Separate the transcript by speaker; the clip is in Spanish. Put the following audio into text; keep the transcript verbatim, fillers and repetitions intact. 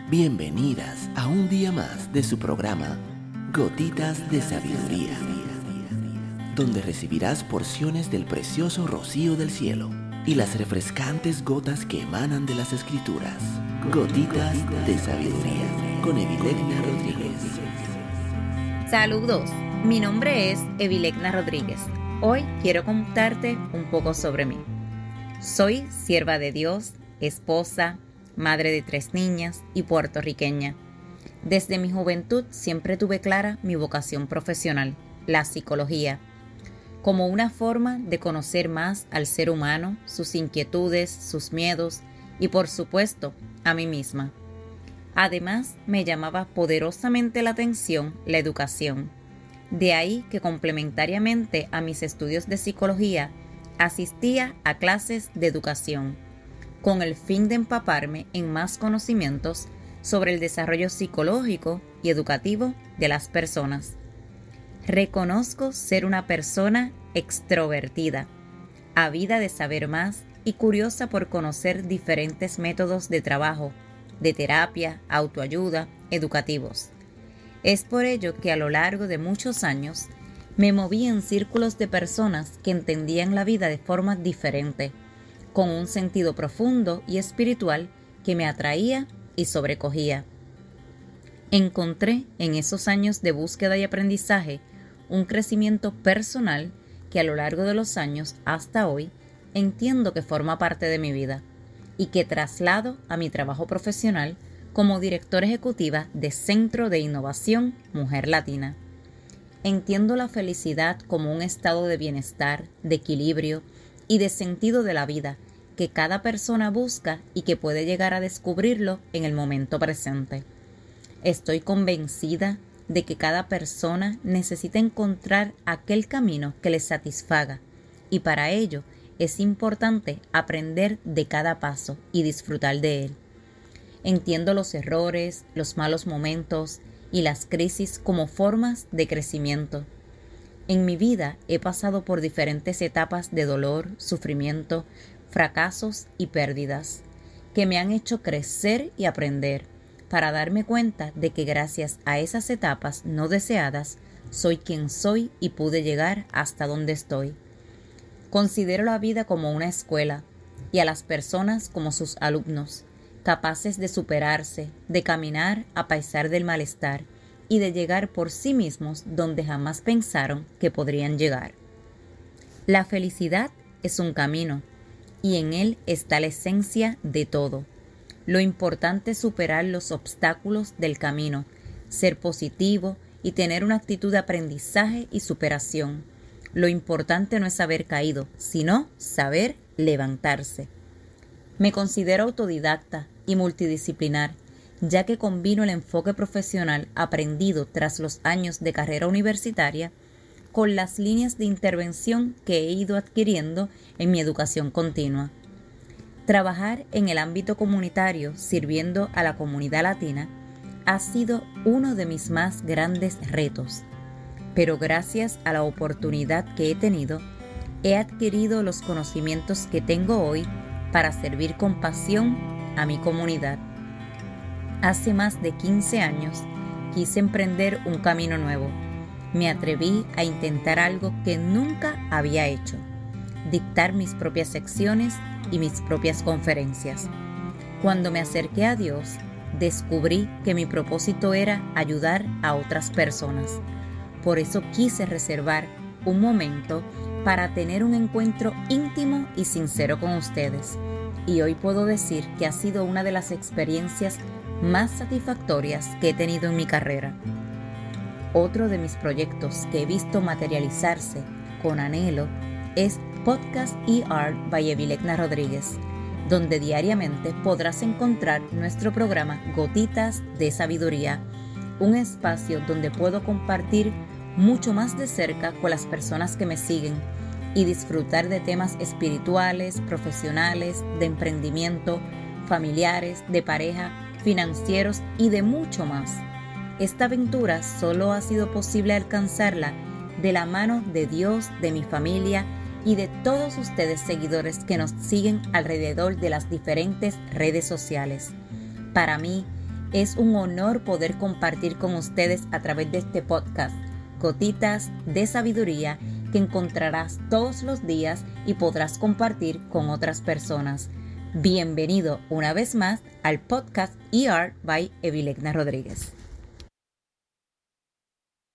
Speaker 1: Bienvenidas a un día más de su programa Gotitas de Sabiduría, donde recibirás porciones del precioso rocío del cielo y las refrescantes gotas que emanan de las Escrituras. Gotitas de Sabiduría con Evilegna Rodríguez.
Speaker 2: Saludos, mi nombre es Evilegna Rodríguez. Hoy quiero contarte un poco sobre mí. Soy sierva de Dios, esposa, madre de tres niñas y puertorriqueña. Desde mi juventud siempre tuve clara mi vocación profesional, la psicología, como una forma de conocer más al ser humano, sus inquietudes, sus miedos y, por supuesto, a mí misma. Además, me llamaba poderosamente la atención la educación. De ahí que complementariamente a mis estudios de psicología, asistía a clases de educación, con el fin de empaparme en más conocimientos sobre el desarrollo psicológico y educativo de las personas. Reconozco ser una persona extrovertida, ávida de saber más y curiosa por conocer diferentes métodos de trabajo, de terapia, autoayuda, educativos. Es por ello que a lo largo de muchos años me moví en círculos de personas que entendían la vida de forma diferente, con un sentido profundo y espiritual que me atraía y sobrecogía. Encontré en esos años de búsqueda y aprendizaje un crecimiento personal que a lo largo de los años hasta hoy entiendo que forma parte de mi vida y que traslado a mi trabajo profesional como directora ejecutiva de Centro de Innovación Mujer Latina. Entiendo la felicidad como un estado de bienestar, de equilibrio y de sentido de la vida que cada persona busca y que puede llegar a descubrirlo en el momento presente. Estoy convencida de que cada persona necesita encontrar aquel camino que le satisfaga y para ello es importante aprender de cada paso y disfrutar de él. Entiendo los errores, los malos momentos y las crisis como formas de crecimiento. En mi vida he pasado por diferentes etapas de dolor, sufrimiento, fracasos y pérdidas, que me han hecho crecer y aprender, para darme cuenta de que gracias a esas etapas no deseadas, soy quien soy y pude llegar hasta donde estoy. Considero la vida como una escuela y a las personas como sus alumnos, capaces de superarse, de caminar a pesar del malestar y de llegar por sí mismos donde jamás pensaron que podrían llegar. La felicidad es un camino y en él está la esencia de todo. Lo importante es superar los obstáculos del camino, ser positivo y tener una actitud de aprendizaje y superación. Lo importante no es haber caído, sino saber levantarse. Me considero autodidacta y multidisciplinar, ya que combino el enfoque profesional aprendido tras los años de carrera universitaria con las líneas de intervención que he ido adquiriendo en mi educación continua. Trabajar en el ámbito comunitario sirviendo a la comunidad latina ha sido uno de mis más grandes retos, pero gracias a la oportunidad que he tenido, he adquirido los conocimientos que tengo hoy para servir con pasión a mi comunidad. Hace más de quince años quise emprender un camino nuevo. Me atreví a intentar algo que nunca había hecho, dictar mis propias secciones y mis propias conferencias. Cuando me acerqué a Dios, descubrí que mi propósito era ayudar a otras personas. Por eso quise reservar un momento para tener un encuentro íntimo y sincero con ustedes. Y hoy puedo decir que ha sido una de las experiencias más satisfactorias que he tenido en mi carrera. Otro de mis proyectos que he visto materializarse con anhelo es Podcast E R by Evilegna Rodríguez, donde diariamente podrás encontrar nuestro programa Gotitas de Sabiduría, un espacio donde puedo compartir mucho más de cerca con las personas que me siguen y disfrutar de temas espirituales, profesionales, de emprendimiento, familiares, de pareja, financieros y de mucho más. Esta aventura solo ha sido posible alcanzarla de la mano de Dios, de mi familia y de todos ustedes seguidores que nos siguen alrededor de las diferentes redes sociales. Para mí Es un honor poder compartir con ustedes a través de este podcast Gotitas de Sabiduría que encontrarás todos los días y podrás compartir con otras personas. Bienvenido una vez más al podcast E R by Evilegna Rodríguez.